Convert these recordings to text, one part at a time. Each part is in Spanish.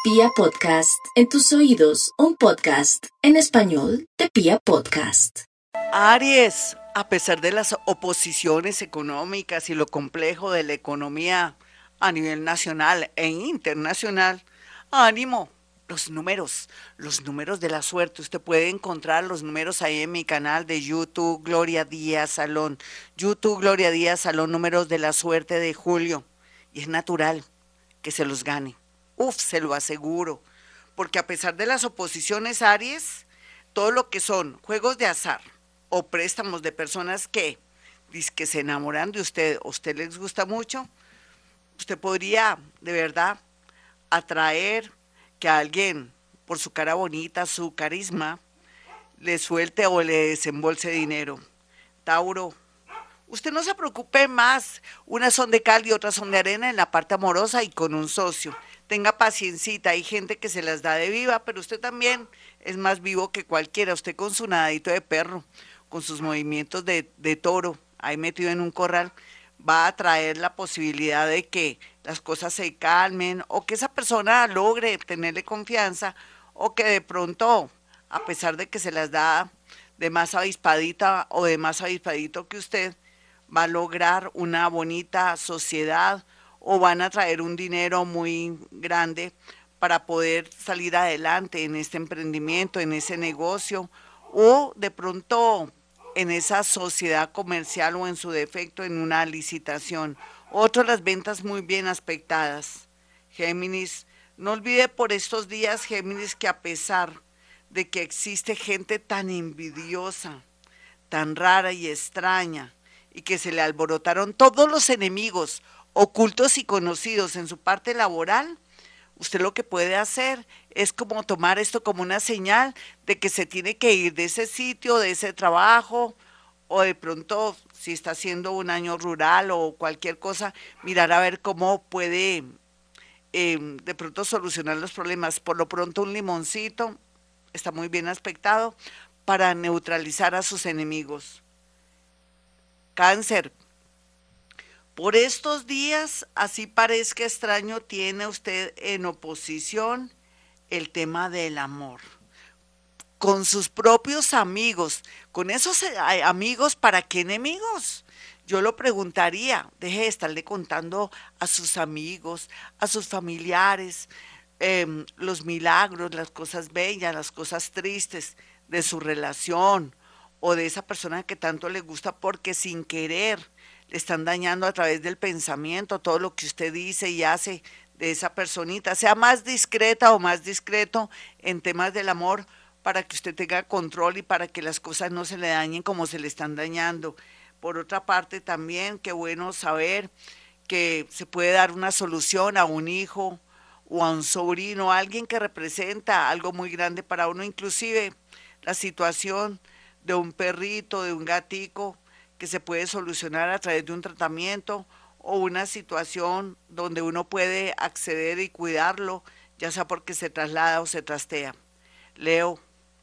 Pia Podcast, en tus oídos, un podcast en español de Pia Podcast. Aries, a pesar de las oposiciones económicas y lo complejo de la economía a nivel nacional e internacional, ánimo, los números de la suerte. Usted puede encontrar los números ahí en mi canal de YouTube, Gloria Díaz Salón. YouTube, Gloria Díaz Salón, números de la suerte de julio. Y es natural que se los gane. Se lo aseguro. Porque a pesar de las oposiciones, Aries, todo lo que son juegos de azar o préstamos de personas que se enamoran de usted, o usted les gusta mucho, usted podría de verdad atraer que alguien, por su cara bonita, su carisma, le suelte o le desembolse dinero. Tauro, usted no se preocupe más, unas son de cal y otras son de arena en la parte amorosa y con un socio. Tenga paciencita, hay gente que se las da de viva, pero usted también es más vivo que cualquiera. Usted con su nadadito de perro, con sus movimientos de toro, ahí metido en un corral, va a traer la posibilidad de que las cosas se calmen o que esa persona logre tenerle confianza o que de pronto, a pesar de que se las da de más avispadita o de más avispadito que usted, va a lograr una bonita sociedad o van a traer un dinero muy grande para poder salir adelante en este emprendimiento, en ese negocio o de pronto en esa sociedad comercial o en su defecto en una licitación. Otro, las ventas muy bien aspectadas. Géminis, no olvide por estos días, Géminis, que a pesar de que existe gente tan envidiosa, tan rara y extraña, y que se le alborotaron todos los enemigos ocultos y conocidos en su parte laboral, usted lo que puede hacer es como tomar esto como una señal de que se tiene que ir de ese sitio, de ese trabajo, o de pronto, si está haciendo un año rural o cualquier cosa, mirar a ver cómo puede de pronto solucionar los problemas. Por lo pronto, un limoncito está muy bien aspectado para neutralizar a sus enemigos. Cáncer. Por estos días, así parezca extraño, tiene usted en oposición el tema del amor. Con sus propios amigos, con esos amigos, ¿para qué enemigos? Yo lo preguntaría, deje de estarle contando a sus amigos, a sus familiares, los milagros, las cosas bellas, las cosas tristes de su relación o de esa persona que tanto le gusta porque sin querer le están dañando a través del pensamiento, todo lo que usted dice y hace de esa personita. Sea más discreta o más discreto en temas del amor para que usted tenga control y para que las cosas no se le dañen como se le están dañando. Por otra parte también, qué bueno saber que se puede dar una solución a un hijo o a un sobrino, a alguien que representa algo muy grande para uno, inclusive la situación de un perrito, de un gatico, que se puede solucionar a través de un tratamiento o una situación donde uno puede acceder y cuidarlo, ya sea porque se traslada o se trastea. Leo,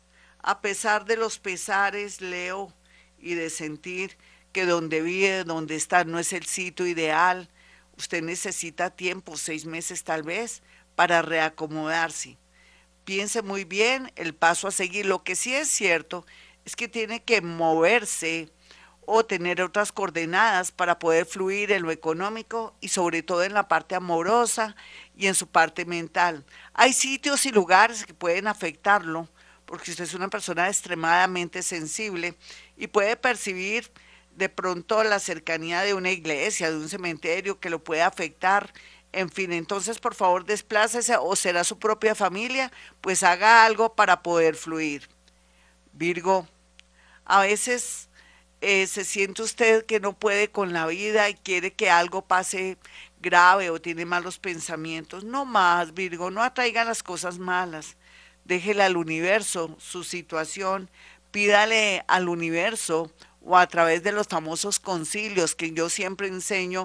a pesar de los pesares, Leo, y de sentir que donde vive, donde está, no es el sitio ideal, usted necesita tiempo, 6 meses tal vez, para reacomodarse. Piense muy bien el paso a seguir. Lo que sí es cierto es que tiene que moverse o tener otras coordenadas para poder fluir en lo económico y sobre todo en la parte amorosa y en su parte mental. Hay sitios y lugares que pueden afectarlo porque usted es una persona extremadamente sensible y puede percibir de pronto la cercanía de una iglesia, de un cementerio que lo puede afectar. En fin, entonces por favor desplácese o será su propia familia, pues haga algo para poder fluir. Virgo, a veces se siente usted que no puede con la vida y quiere que algo pase grave o tiene malos pensamientos. No más, Virgo, no atraiga las cosas malas. Déjele al universo su situación, pídale al universo o a través de los famosos concilios que yo siempre enseño,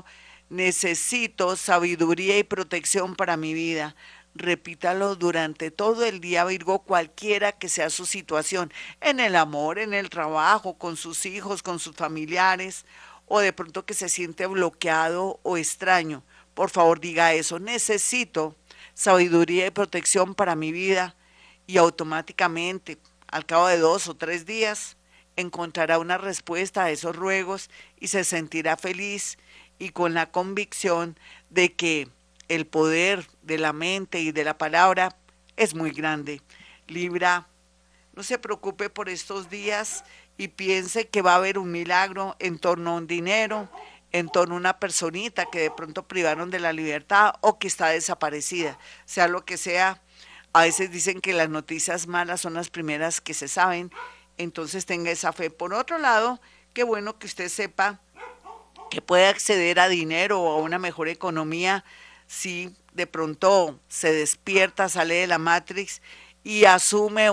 necesito sabiduría y protección para mi vida. Repítalo durante todo el día, Virgo, cualquiera que sea su situación, en el amor, en el trabajo, con sus hijos, con sus familiares, o de pronto que se siente bloqueado o extraño. Por favor, diga eso, necesito sabiduría y protección para mi vida y automáticamente, al cabo de 2 o 3 días, encontrará una respuesta a esos ruegos y se sentirá feliz y con la convicción de que el poder de la mente y de la palabra es muy grande. Libra, no se preocupe por estos días y piense que va a haber un milagro en torno a un dinero, en torno a una personita que de pronto privaron de la libertad o que está desaparecida, sea lo que sea. A veces dicen que las noticias malas son las primeras que se saben, entonces tenga esa fe. Por otro lado, qué bueno que usted sepa que puede acceder a dinero o a una mejor economía si de pronto se despierta, sale de la Matrix y asume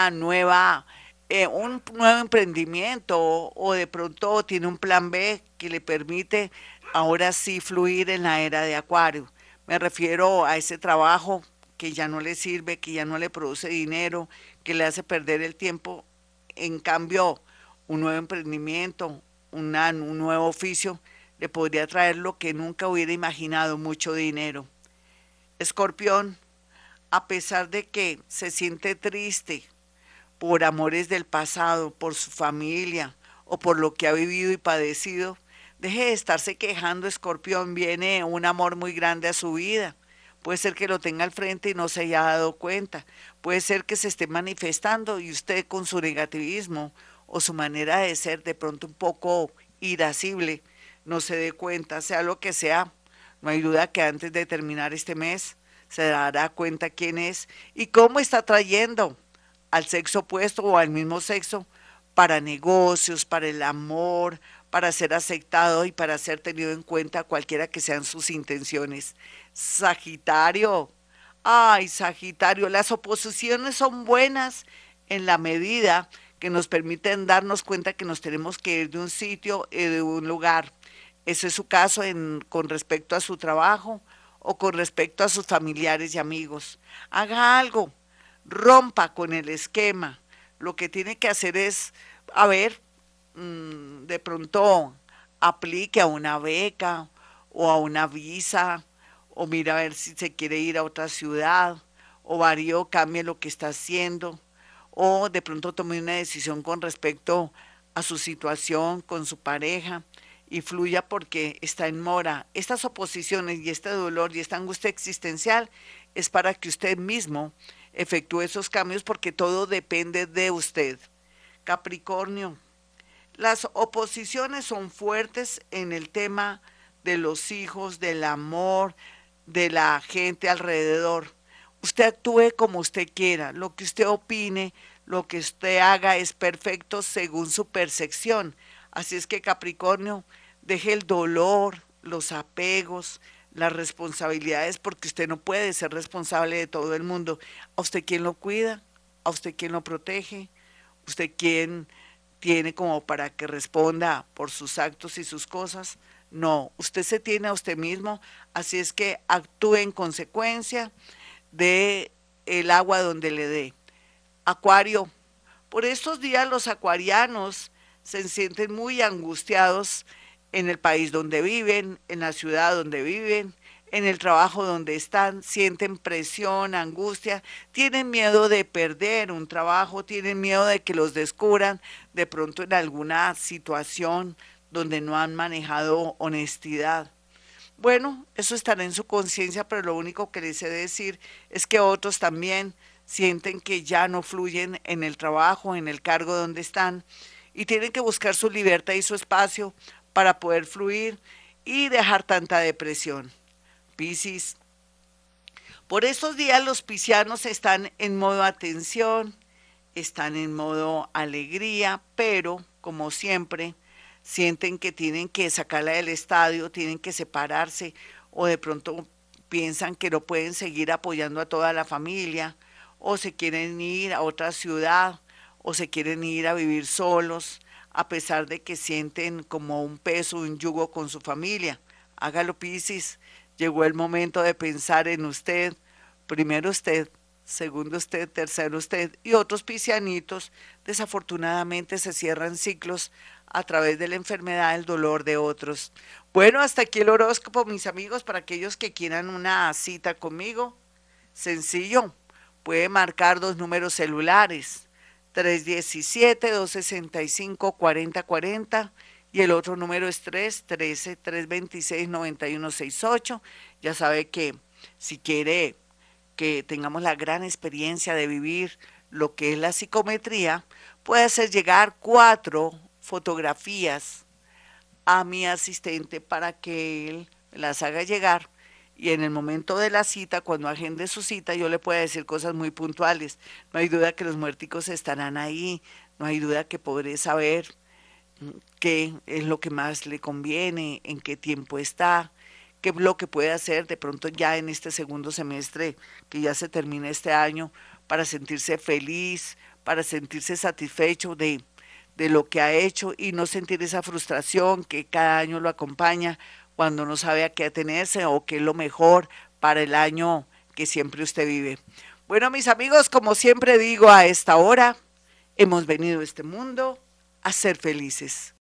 un nuevo emprendimiento o de pronto tiene un plan B que le permite ahora sí fluir en la era de Acuario. Me refiero a ese trabajo que ya no le sirve, que ya no le produce dinero, que le hace perder el tiempo. En cambio, un nuevo emprendimiento, un nuevo oficio, le podría traer lo que nunca hubiera imaginado, mucho dinero. Escorpión, a pesar de que se siente triste por amores del pasado, por su familia o por lo que ha vivido y padecido, deje de estarse quejando, Escorpión, viene un amor muy grande a su vida. Puede ser que lo tenga al frente y no se haya dado cuenta. Puede ser que se esté manifestando y usted con su negativismo o su manera de ser de pronto un poco irascible no se dé cuenta, sea lo que sea. No hay duda que antes de terminar este mes se dará cuenta quién es y cómo está trayendo al sexo opuesto o al mismo sexo para negocios, para el amor, para ser aceptado y para ser tenido en cuenta cualquiera que sean sus intenciones. Sagitario, ay Sagitario, las oposiciones son buenas en la medida que nos permiten darnos cuenta que nos tenemos que ir de un sitio y de un lugar. Ese es su caso con respecto a su trabajo o con respecto a sus familiares y amigos. Haga algo, rompa con el esquema. Lo que tiene que hacer es, a ver, de pronto aplique a una beca o a una visa, o mira a ver si se quiere ir a otra ciudad, o varíe, cambie lo que está haciendo, o de pronto tome una decisión con respecto a su situación con su pareja y fluya porque está en mora. Estas oposiciones y este dolor y esta angustia existencial es para que usted mismo efectúe esos cambios porque todo depende de usted. Capricornio, las oposiciones son fuertes en el tema de los hijos, del amor, de la gente alrededor. Usted actúe como usted quiera, lo que usted opine, lo que usted haga es perfecto según su percepción. Así es que Capricornio, deje el dolor, los apegos, las responsabilidades, porque usted no puede ser responsable de todo el mundo. ¿A usted quién lo cuida? ¿A usted quién lo protege? ¿Usted quién tiene como para que responda por sus actos y sus cosas? No, usted se tiene a usted mismo, así es que actúe en consecuencia de el agua donde le dé. Acuario, por estos días los acuarianos se sienten muy angustiados en el país donde viven, en la ciudad donde viven, en el trabajo donde están, sienten presión, angustia, tienen miedo de perder un trabajo, tienen miedo de que los descubran de pronto en alguna situación donde no han manejado honestidad. Bueno, eso estará en su conciencia, pero lo único que les he de decir es que otros también sienten que ya no fluyen en el trabajo, en el cargo donde están, y tienen que buscar su libertad y su espacio para poder fluir y dejar tanta depresión. Piscis, por estos días los piscianos están en modo atención, están en modo alegría, pero como siempre sienten que tienen que sacarla del estadio, tienen que separarse o de pronto piensan que no pueden seguir apoyando a toda la familia o se quieren ir a otra ciudad o se quieren ir a vivir solos a pesar de que sienten como un peso, un yugo con su familia. Hágalo, Piscis, llegó el momento de pensar en usted, primero usted, segundo usted, tercero usted y otros piscianitos. Desafortunadamente se cierran ciclos a través de la enfermedad, el dolor de otros. Bueno, hasta aquí el horóscopo, mis amigos, para aquellos que quieran una cita conmigo. Sencillo, puede marcar 2 números celulares, 317-265-4040 y el otro número es 313-326-9168. Ya sabe que si quiere que tengamos la gran experiencia de vivir lo que es la psicometría, puede hacer llegar 4 fotografías a mi asistente para que él las haga llegar y en el momento de la cita, cuando agende su cita, yo le pueda decir cosas muy puntuales. No hay duda que los muérticos estarán ahí, no hay duda que podré saber qué es lo que más le conviene, en qué tiempo está, qué es lo que puede hacer de pronto ya en este segundo semestre, que ya se termina este año, para sentirse feliz, para sentirse satisfecho de lo que ha hecho y no sentir esa frustración que cada año lo acompaña cuando no sabe a qué atenerse o qué es lo mejor para el año que siempre usted vive. Bueno, mis amigos, como siempre digo a esta hora, hemos venido a este mundo a ser felices.